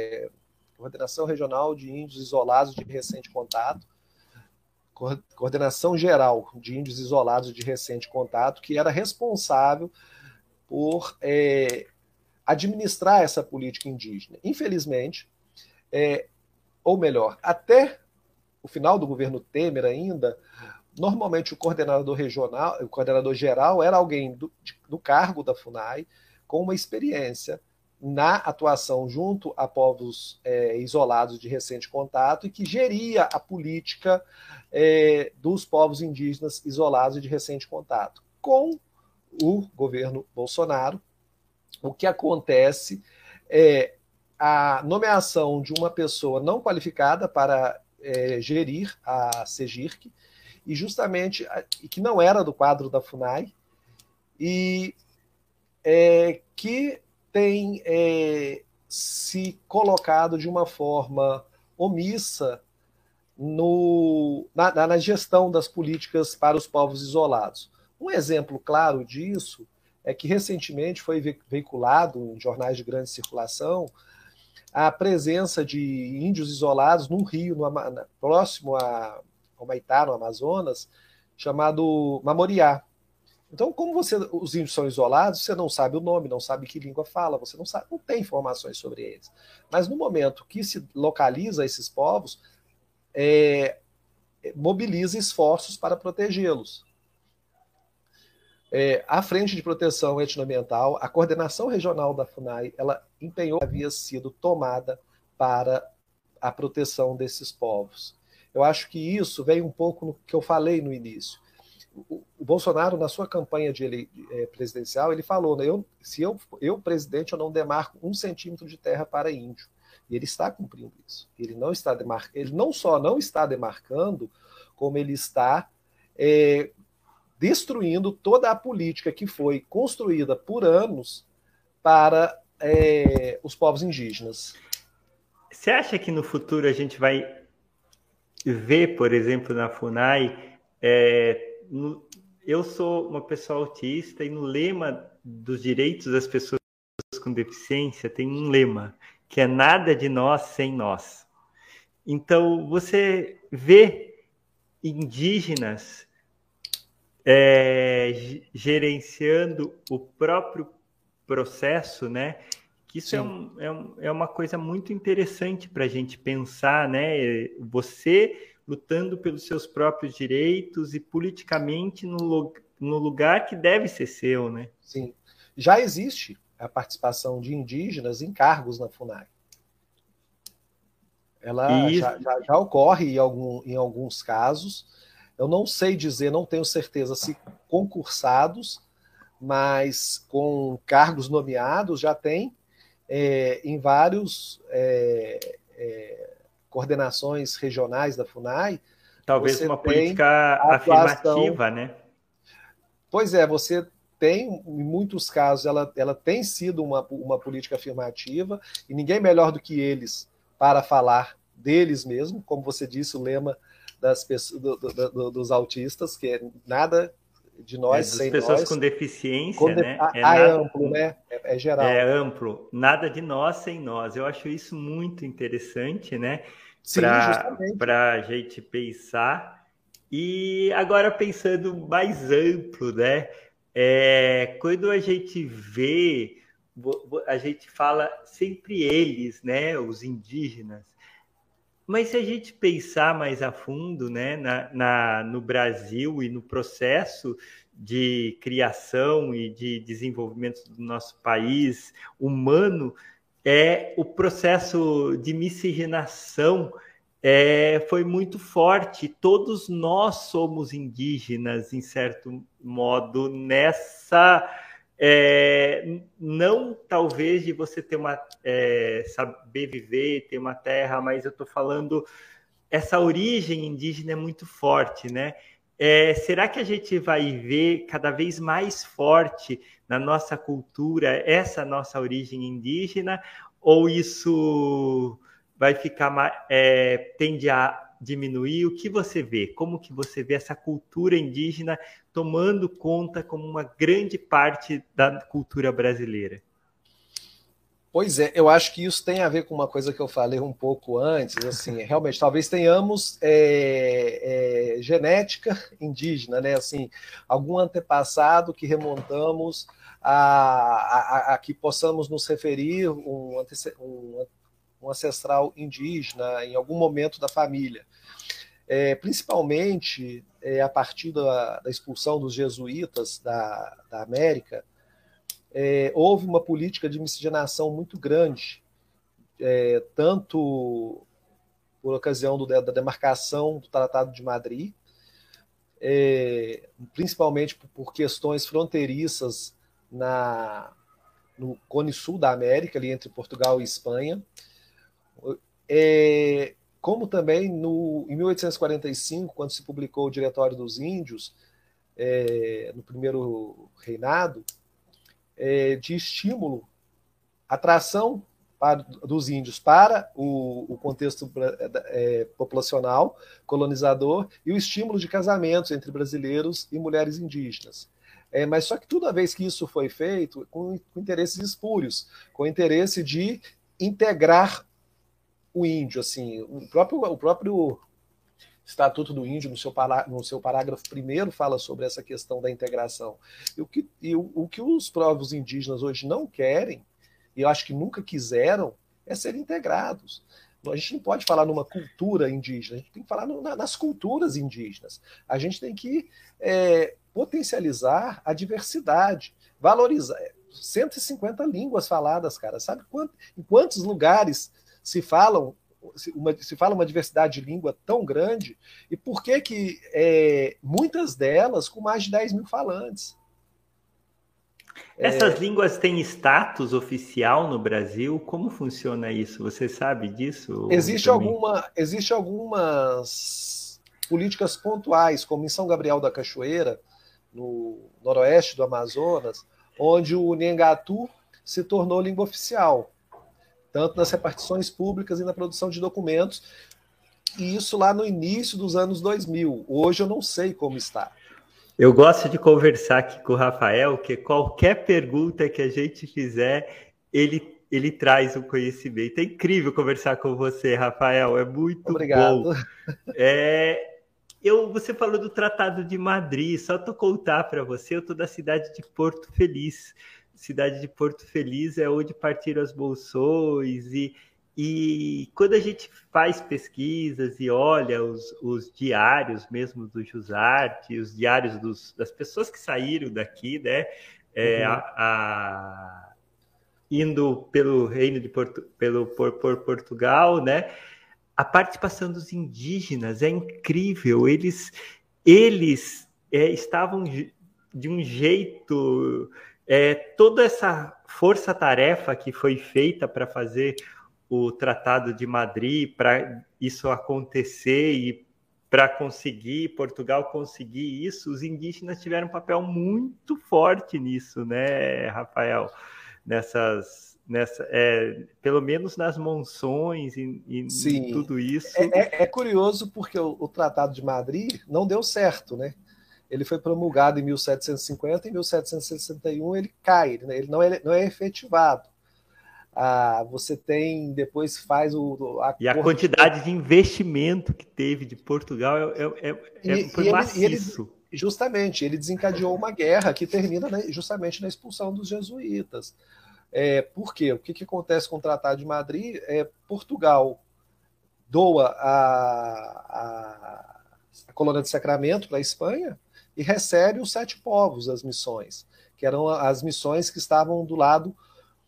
de Índios Isolados de Recente Contato, Coordenação Geral de Índios Isolados de Recente Contato, que era responsável por administrar essa política indígena. Infelizmente, ou melhor, até o final do governo Temer ainda, normalmente o coordenador geral era alguém do cargo da FUNAI com uma experiência na atuação junto a povos isolados de recente contato e que geria a política dos povos indígenas isolados de recente contato. Com o governo Bolsonaro, o que acontece é a nomeação de uma pessoa não qualificada para gerir a CEGIRC, e justamente que não era do quadro da FUNAI, e que tem se colocado de uma forma omissa na gestão das políticas para os povos isolados. Um exemplo claro disso é que recentemente foi veiculado em jornais de grande circulação a presença de índios isolados num rio próximo a Humaitá, no Amazonas, chamado Mamoriá. Então, como os índios são isolados, você não sabe o nome, não sabe que língua fala, você não tem informações sobre eles. Mas no momento que se localiza esses povos, mobiliza esforços para protegê-los. A Frente de Proteção Etnoambiental, a coordenação regional da FUNAI, ela empenhou que havia sido tomada para a proteção desses povos. Eu acho que isso vem um pouco no que eu falei no início. o Bolsonaro, na sua campanha presidencial, ele falou, né, se eu, presidente, eu não demarco 1 centímetro de terra para índio. E ele está cumprindo isso. Ele não só não está demarcando, como ele está destruindo toda a política que foi construída por anos para os povos indígenas. Você acha que no futuro a gente vai ver, por exemplo, na FUNAI, eu sou uma pessoa autista e no lema dos direitos das pessoas com deficiência tem um lema, que é nada de nós sem nós. Então, você vê indígenas gerenciando o próprio processo, né? Que isso é uma coisa muito interessante para a gente pensar, né? Você lutando pelos seus próprios direitos e politicamente no lugar que deve ser seu, né? Sim. Já existe a participação de indígenas em cargos na FUNAI. Ela já ocorre em alguns casos. Eu não sei dizer, não tenho certeza se concursados, mas com cargos nomeados já tem em vários coordenações regionais da FUNAI. Talvez uma política afirmativa, né? Pois é, você tem, em muitos casos, ela tem sido uma política afirmativa, e ninguém melhor do que eles para falar deles mesmo, como você disse, o lema das pessoas, dos autistas, que é nada de nós sem nós. Das pessoas com deficiência, né? É amplo, né? É geral. É amplo. Nada de nós sem nós. Eu acho isso muito interessante, né? Para a gente pensar. E agora pensando mais amplo, né? Quando a gente vê, a gente fala sempre eles, né? Os indígenas. Mas se a gente pensar mais a fundo, né, no Brasil e no processo de criação e de desenvolvimento do nosso país humano, o processo de miscigenação foi muito forte. Todos nós somos indígenas, em certo modo, nessa... não talvez de você ter saber viver, ter uma terra, mas eu estou falando, essa origem indígena é muito forte, né? Será que a gente vai ver cada vez mais forte na nossa cultura essa nossa origem indígena, ou isso vai ficar tende a diminuir? O que você vê? Como que você vê essa cultura indígena tomando conta como uma grande parte da cultura brasileira? Pois é, eu acho que isso tem a ver com uma coisa que eu falei um pouco antes, assim, realmente, talvez tenhamos genética indígena, né, assim, algum antepassado que remontamos a que possamos nos referir um ancestral indígena em algum momento da família. Principalmente a partir da expulsão dos jesuítas da América, houve uma política de miscigenação muito grande, tanto por ocasião da demarcação do Tratado de Madrid, principalmente por questões fronteiriças no Cone Sul da América, ali entre Portugal e Espanha, como também em 1845, quando se publicou o Diretório dos Índios, no primeiro reinado, de estímulo, atração dos índios para o contexto populacional, colonizador, e o estímulo de casamentos entre brasileiros e mulheres indígenas. Mas só que toda vez que isso foi feito, com interesses espúrios, com o interesse de integrar o índio, assim, o próprio Estatuto do Índio, no seu parágrafo 1º, fala sobre essa questão da integração. E o que os povos indígenas hoje não querem, e eu acho que nunca quiseram, é ser integrados. A gente não pode falar numa cultura indígena, a gente tem que falar nas culturas indígenas. A gente tem que potencializar a diversidade, valorizar. 150 línguas faladas, cara. Sabe em quantos lugares se falam se fala uma diversidade de língua tão grande, e por que muitas delas com mais de 10 mil falantes? Essas línguas têm status oficial no Brasil? Como funciona isso? Você sabe disso? Existe algumas políticas pontuais, como em São Gabriel da Cachoeira, no noroeste do Amazonas, onde o Nhengatu se tornou língua oficial, tanto nas repartições públicas e na produção de documentos, e isso lá no início dos anos 2000. Hoje eu não sei como está. Eu gosto de conversar aqui com o Rafael, que qualquer pergunta que a gente fizer, ele traz o conhecimento. É incrível conversar com você, Rafael, é muito Obrigado. bom. Você falou do Tratado de Madrid, só para contar para você, eu estou da cidade de Porto Feliz. Cidade de Porto Feliz é onde partiram as bolsões, e quando a gente faz pesquisas e olha os diários mesmo do Jusarte, os diários das pessoas que saíram daqui, né, indo pelo reino de por Portugal, né, a participação dos indígenas é incrível. Eles estavam de um jeito... toda essa força-tarefa que foi feita para fazer o Tratado de Madrid, para isso acontecer e para Portugal conseguir isso, os indígenas tiveram um papel muito forte nisso, né, Rafael? Pelo menos nas monções e tudo isso. É curioso porque o Tratado de Madrid não deu certo, né? Ele foi promulgado em 1750, em 1761 ele cai, né? Ele não é efetivado. Você tem, depois faz e a quantidade de investimento que teve de Portugal foi maciço. Justamente, ele desencadeou uma guerra que termina justamente na expulsão dos jesuítas. Por quê? O que acontece com o Tratado de Madrid? Portugal doa a colônia de Sacramento para a Espanha e recebe os 7 povos das missões, que eram as missões que estavam do lado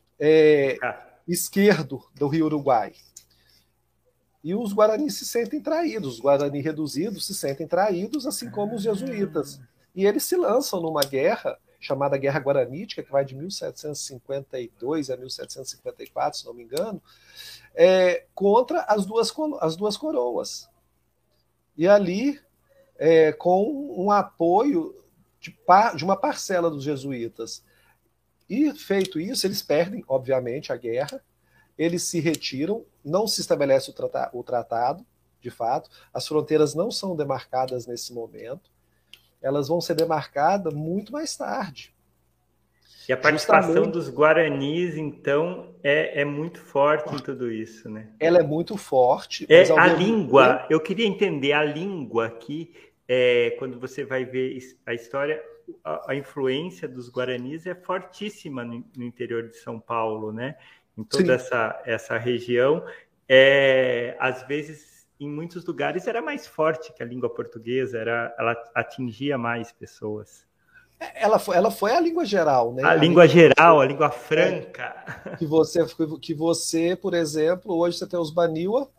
esquerdo do Rio Uruguai. E os guaranis se sentem traídos, os guaranis reduzidos se sentem traídos, assim como os jesuítas. E eles se lançam numa guerra chamada Guerra Guaranítica, que vai de 1752 a 1754, se não me engano, contra as duas coroas. E ali, com um apoio de uma parcela dos jesuítas. E feito isso, eles perdem, obviamente, a guerra, eles se retiram, não se estabelece o tratado, de fato, as fronteiras não são demarcadas nesse momento, elas vão ser demarcadas muito mais tarde. E a participação dos guaranis, então, é muito forte em tudo isso, né? Ela é muito forte. Mas a língua, eu queria entender a língua aqui, quando você vai ver a história, a influência dos guaranis é fortíssima no interior de São Paulo, né? Em toda essa região. Às vezes, em muitos lugares, era mais forte que a língua portuguesa, ela atingia mais pessoas. Ela foi a língua geral, né? A língua geral, a língua franca. Que você, por exemplo, hoje você tem os Baniwa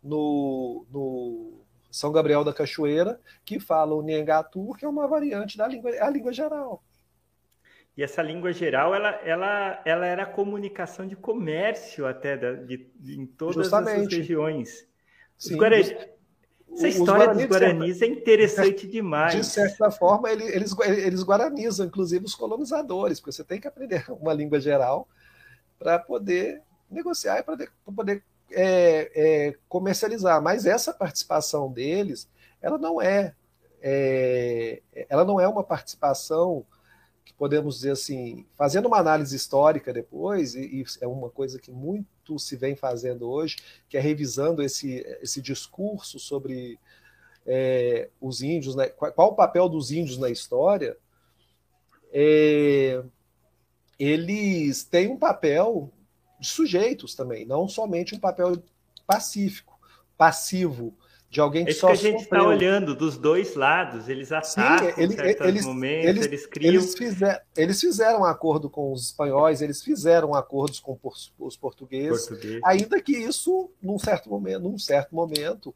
no São Gabriel da Cachoeira, que falam o Nhengatu, que é uma variante da língua geral. E essa língua geral, ela era comunicação de comércio até em todas essas regiões. Sim, essa história dos guaranis é interessante demais. De certa forma, eles guaranizam, inclusive, os colonizadores, porque você tem que aprender uma língua geral para poder negociar e para poder comercializar. Mas essa participação deles, ela não é uma participação que podemos dizer assim, fazendo uma análise histórica depois, e é uma coisa que muito se vem fazendo hoje, que é revisando esse discurso sobre os índios, né? Qual o papel dos índios na história. Eles têm um papel de sujeitos também, não somente um papel passivo. de alguém É que isso que só a gente está sofreu. olhando dos dois lados. Eles Sim, atacam certos momentos, eles criam eles fizeram um acordo com os espanhóis, eles fizeram acordos com os portugueses, português. ainda que isso, num certo momento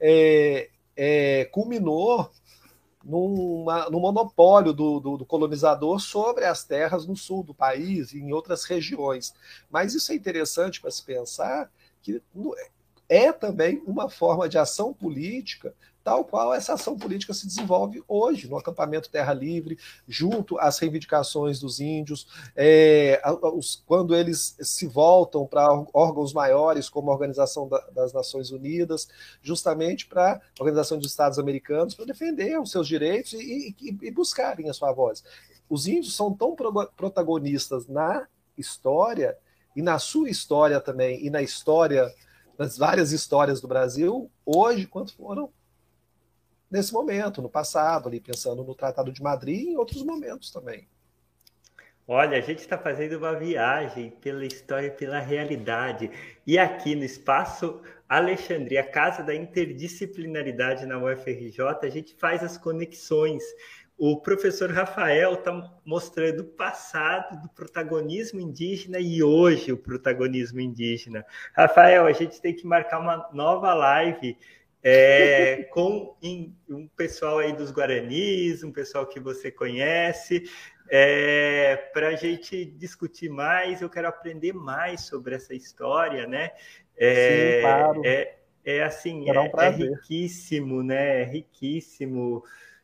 culminou no monopólio do colonizador sobre as terras no sul do país e em outras regiões. Mas isso é interessante para se pensar que é também uma forma de ação política, tal qual essa ação política se desenvolve hoje no acampamento Terra Livre, junto às reivindicações dos índios, quando eles se voltam para órgãos maiores, como a Organização das Nações Unidas, justamente para a Organização dos Estados Americanos, para defender os seus direitos e buscarem a sua voz. Os índios são tão protagonistas na história, e na sua história também, e na história, nas várias histórias do Brasil, hoje, quanto foram nesse momento, no passado, ali pensando no Tratado de Madrid e em outros momentos também. Olha, a gente está fazendo uma viagem pela história e pela realidade. E aqui no Espaço Alexandria, a Casa da Interdisciplinaridade na UFRJ, a gente faz as conexões. O professor Rafael está mostrando o passado do protagonismo indígena e hoje o protagonismo indígena. Rafael, a gente tem que marcar uma nova live com um pessoal aí dos Guaranis, um pessoal que você conhece, para a gente discutir mais. Eu quero aprender mais sobre essa história, né? Sim, claro. Assim, será um prazer. riquíssimo, né? É riquíssimo.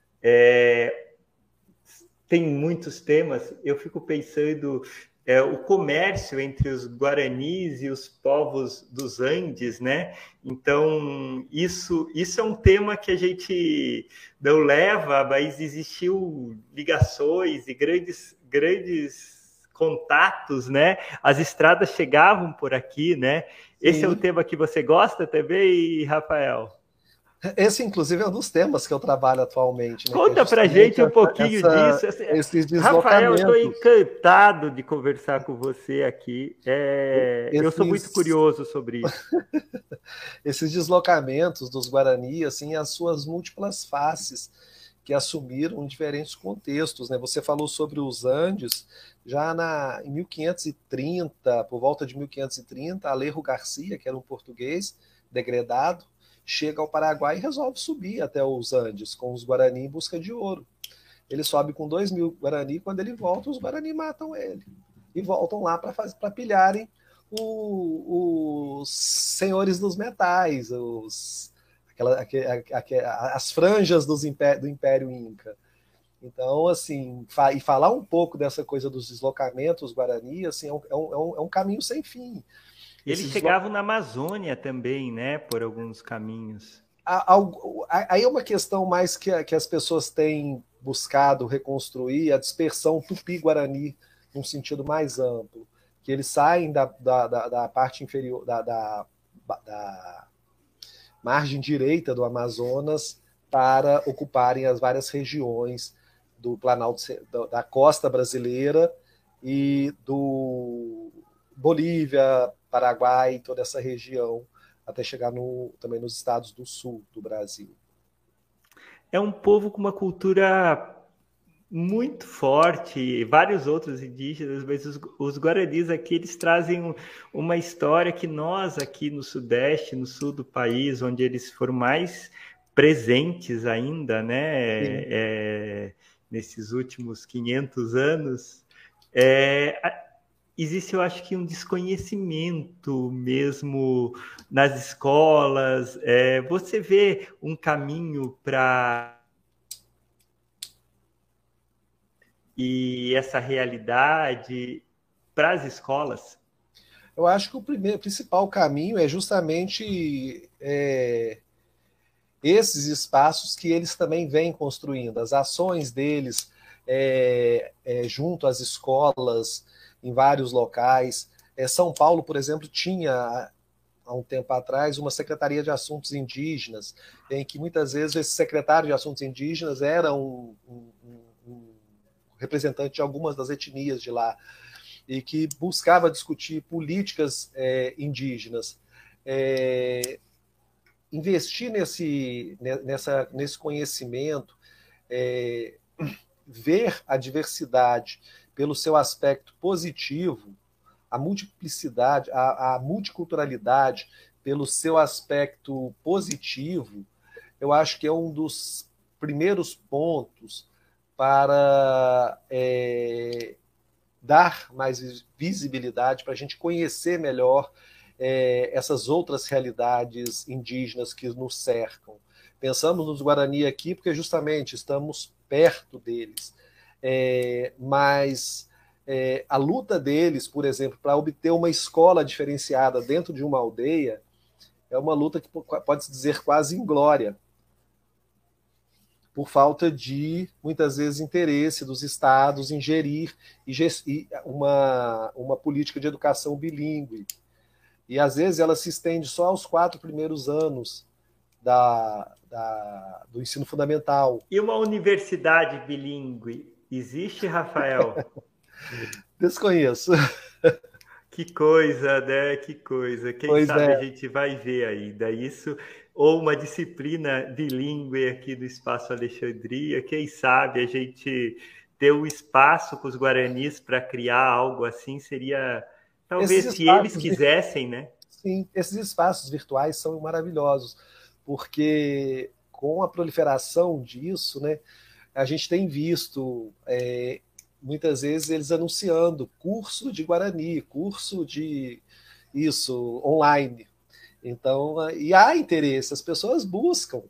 Tem muitos temas. Eu fico pensando o comércio entre os guaranis e os povos dos Andes, né? Então, isso é um tema que a gente não leva, mas existiu ligações e grandes contatos, né? As estradas chegavam por aqui, né? Esse é o tema que você gosta também, Rafael? Esse, inclusive, é um dos temas que eu trabalho atualmente. Né? Conta pra gente um pouquinho disso. Esses Rafael, eu estou deslocamentos. encantado de conversar com você aqui. Eu sou muito curioso sobre isso. Esses deslocamentos dos Guarani, assim, as suas múltiplas faces que assumiram diferentes contextos. Né? Você falou sobre os Andes, já em 1530, por volta de 1530, Alejo Garcia, que era um português degredado, chega ao Paraguai e resolve subir até os Andes com os Guarani em busca de ouro. Ele sobe com 2.000 Guarani, quando ele volta, os Guarani matam ele. E voltam lá para pilharem os senhores dos metais, as franjas do Império Inca. Então, assim, e falar um pouco dessa coisa dos deslocamentos Guarani, assim, é um caminho sem fim. Eles chegavam na Amazônia também, né? Por alguns caminhos. Aí é uma questão mais que as pessoas têm buscado reconstruir, a dispersão tupi-guarani, num sentido mais amplo. Que eles saem da parte inferior, da margem direita do Amazonas para ocuparem as várias regiões do Planalto, da costa brasileira e do Bolívia, Paraguai, toda essa região, até chegar também nos estados do sul do Brasil. É um povo com uma cultura muito forte, vários outros indígenas, mas os guaranis aqui, eles trazem uma história que nós aqui no Sudeste, no sul do país, onde eles foram mais presentes ainda, né? Nesses últimos 500 anos, existe, eu acho que, um desconhecimento mesmo nas escolas. Você vê um caminho para e essa realidade para as escolas? Eu acho que o principal caminho é justamente esses espaços que eles também vêm construindo, as ações deles junto às escolas, em vários locais. São Paulo, por exemplo, tinha, há um tempo atrás, uma Secretaria de Assuntos Indígenas, em que muitas vezes esse secretário de Assuntos Indígenas era um representante de algumas das etnias de lá, e que buscava discutir políticas indígenas. investir nesse conhecimento, ver a diversidade pelo seu aspecto positivo, a multiplicidade, a multiculturalidade pelo seu aspecto positivo, eu acho que é um dos primeiros pontos para dar mais visibilidade, para a gente conhecer melhor essas outras realidades indígenas que nos cercam. Pensamos nos Guarani aqui porque justamente estamos perto deles, mas a luta deles, por exemplo, para obter uma escola diferenciada dentro de uma aldeia, é uma luta que pode-se dizer quase inglória, por falta de, muitas vezes, interesse dos estados em gerir uma política de educação bilíngue. E, às vezes, ela se estende só aos 4 primeiros anos do ensino fundamental. E uma universidade bilíngue existe, Rafael? Desconheço. Que coisa, né? Que coisa. Quem Pois sabe a gente vai ver ainda isso, ou uma disciplina bilíngue aqui do Espaço Alexandria. Quem sabe a gente ter um espaço com os guaranis para criar algo assim seria, talvez, se eles quisessem, né? Sim, esses espaços virtuais são maravilhosos, porque com a proliferação disso, né, a gente tem visto muitas vezes eles anunciando curso de Guarani, curso de isso, online. Então, e há interesse, as pessoas buscam.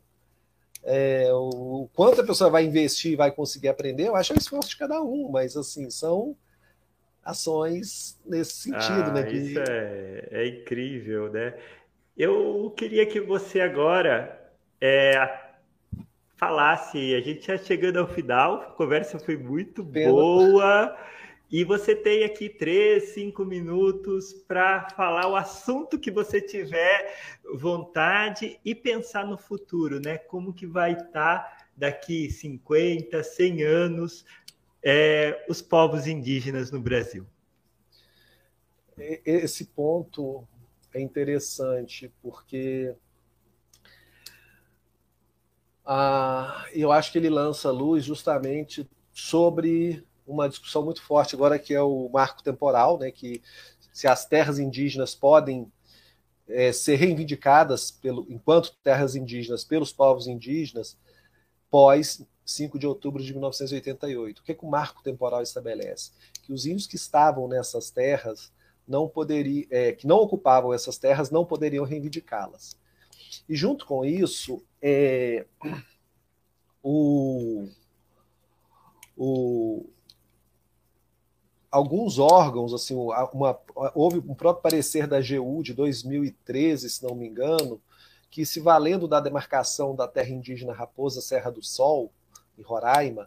O quanto a pessoa vai investir e vai conseguir aprender, eu acho que é o esforço de cada um, mas assim, são ações nesse sentido, né? Isso é incrível, né? Eu queria que você agora falasse, a gente já chegando ao final, a conversa foi muito boa, e você tem aqui 3, 5 minutos para falar o assunto que você tiver vontade e pensar no futuro, né? Como que vai estar daqui 50, 100 anos os povos indígenas no Brasil? Esse ponto é interessante, porque eu acho que ele lança luz justamente sobre uma discussão muito forte agora, que é o marco temporal, né, que se as terras indígenas podem ser reivindicadas enquanto terras indígenas pelos povos indígenas pós 5 de outubro de 1988. O que o marco temporal estabelece? Que os índios que estavam nessas terras não poderiam, que não ocupavam essas terras, não poderiam reivindicá-las. E junto com isso, alguns órgãos, assim, houve um próprio parecer da AGU de 2013, se não me engano, que, se valendo da demarcação da terra indígena Raposa Serra do Sol, em Roraima,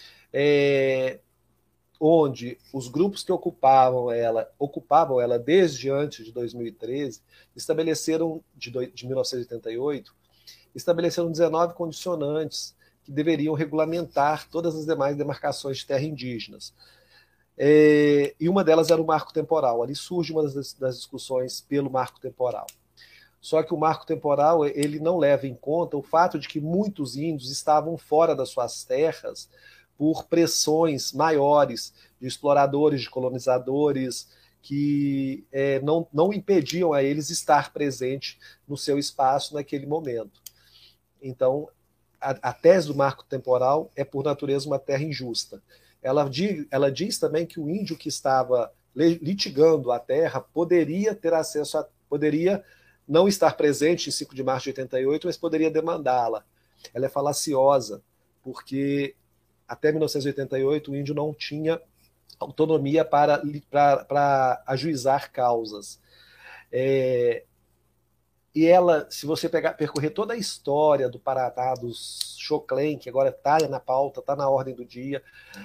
onde os grupos que ocupavam ela desde antes de 2013, estabeleceram, de 1988, estabeleceram 19 condicionantes que deveriam regulamentar todas as demais demarcações de terra indígenas. E uma delas era o marco temporal. Ali surge uma das discussões pelo marco temporal. Só que o marco temporal ele não leva em conta o fato de que muitos índios estavam fora das suas terras por pressões maiores de exploradores, de colonizadores, que não impediam a eles estar presente no seu espaço naquele momento. Então, a tese do marco temporal é, por natureza, uma terra injusta. Ela diz também que o índio que estava litigando a terra poderia ter acesso poderia não estar presente em 5 de março de 88, mas poderia demandá-la. Ela é falaciosa, porque até 1988 o índio não tinha autonomia para ajuizar causas. E ela, se você percorrer toda a história do Paraná, dos Xoclen, que agora está na pauta, está na ordem do dia,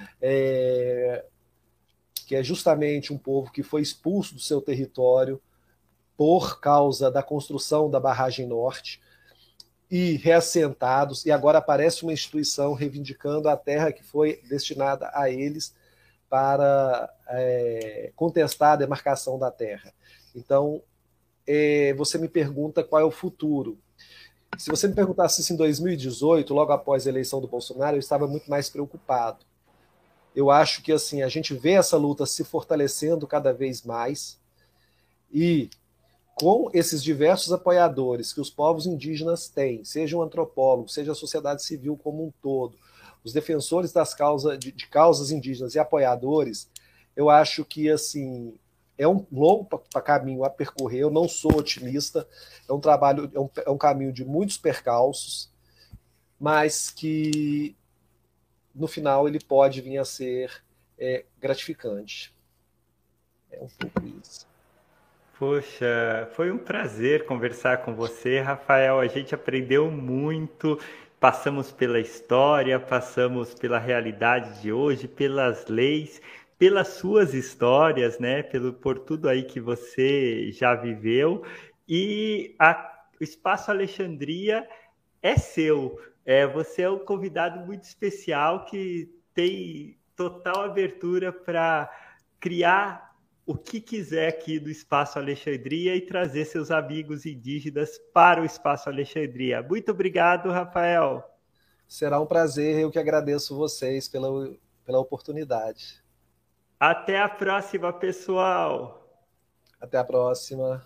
que é justamente um povo que foi expulso do seu território por causa da construção da barragem norte, e reassentados, e agora aparece uma instituição reivindicando a terra que foi destinada a eles para contestar a demarcação da terra. Então, você me pergunta qual é o futuro. Se você me perguntasse isso em 2018, logo após a eleição do Bolsonaro, eu estava muito mais preocupado. Eu acho que assim a gente vê essa luta se fortalecendo cada vez mais e com esses diversos apoiadores que os povos indígenas têm, seja um antropólogo, seja a sociedade civil como um todo, os defensores das causas de causas indígenas e apoiadores, eu acho que assim é um longo caminho a percorrer. Eu não sou otimista, é um trabalho, é um caminho de muitos percalços, mas que no final ele pode vir a ser gratificante. É um pouco isso. Poxa, foi um prazer conversar com você, Rafael. A gente aprendeu muito, passamos pela história, passamos pela realidade de hoje, pelas leis, pelas suas histórias, né? Por tudo aí que você já viveu. O Espaço Alexandria é seu. Você é um convidado muito especial que tem total abertura para criar o que quiser aqui do Espaço Alexandria e trazer seus amigos indígenas para o Espaço Alexandria. Muito obrigado, Rafael. Será um prazer, eu que agradeço vocês pela oportunidade. Até a próxima, pessoal. Até a próxima.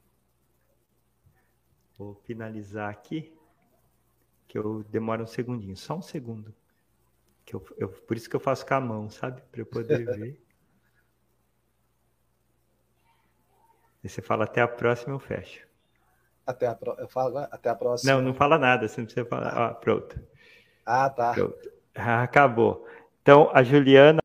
Vou finalizar aqui, que eu demoro um segundinho, só um segundo. Por isso que eu faço com a mão, sabe? Para eu poder ver. E você fala até a próxima, eu fecho. Eu falo até a próxima. Não fala nada, você não precisa falar. Pronto. Ah, tá. Pronto. Acabou. Então, a Juliana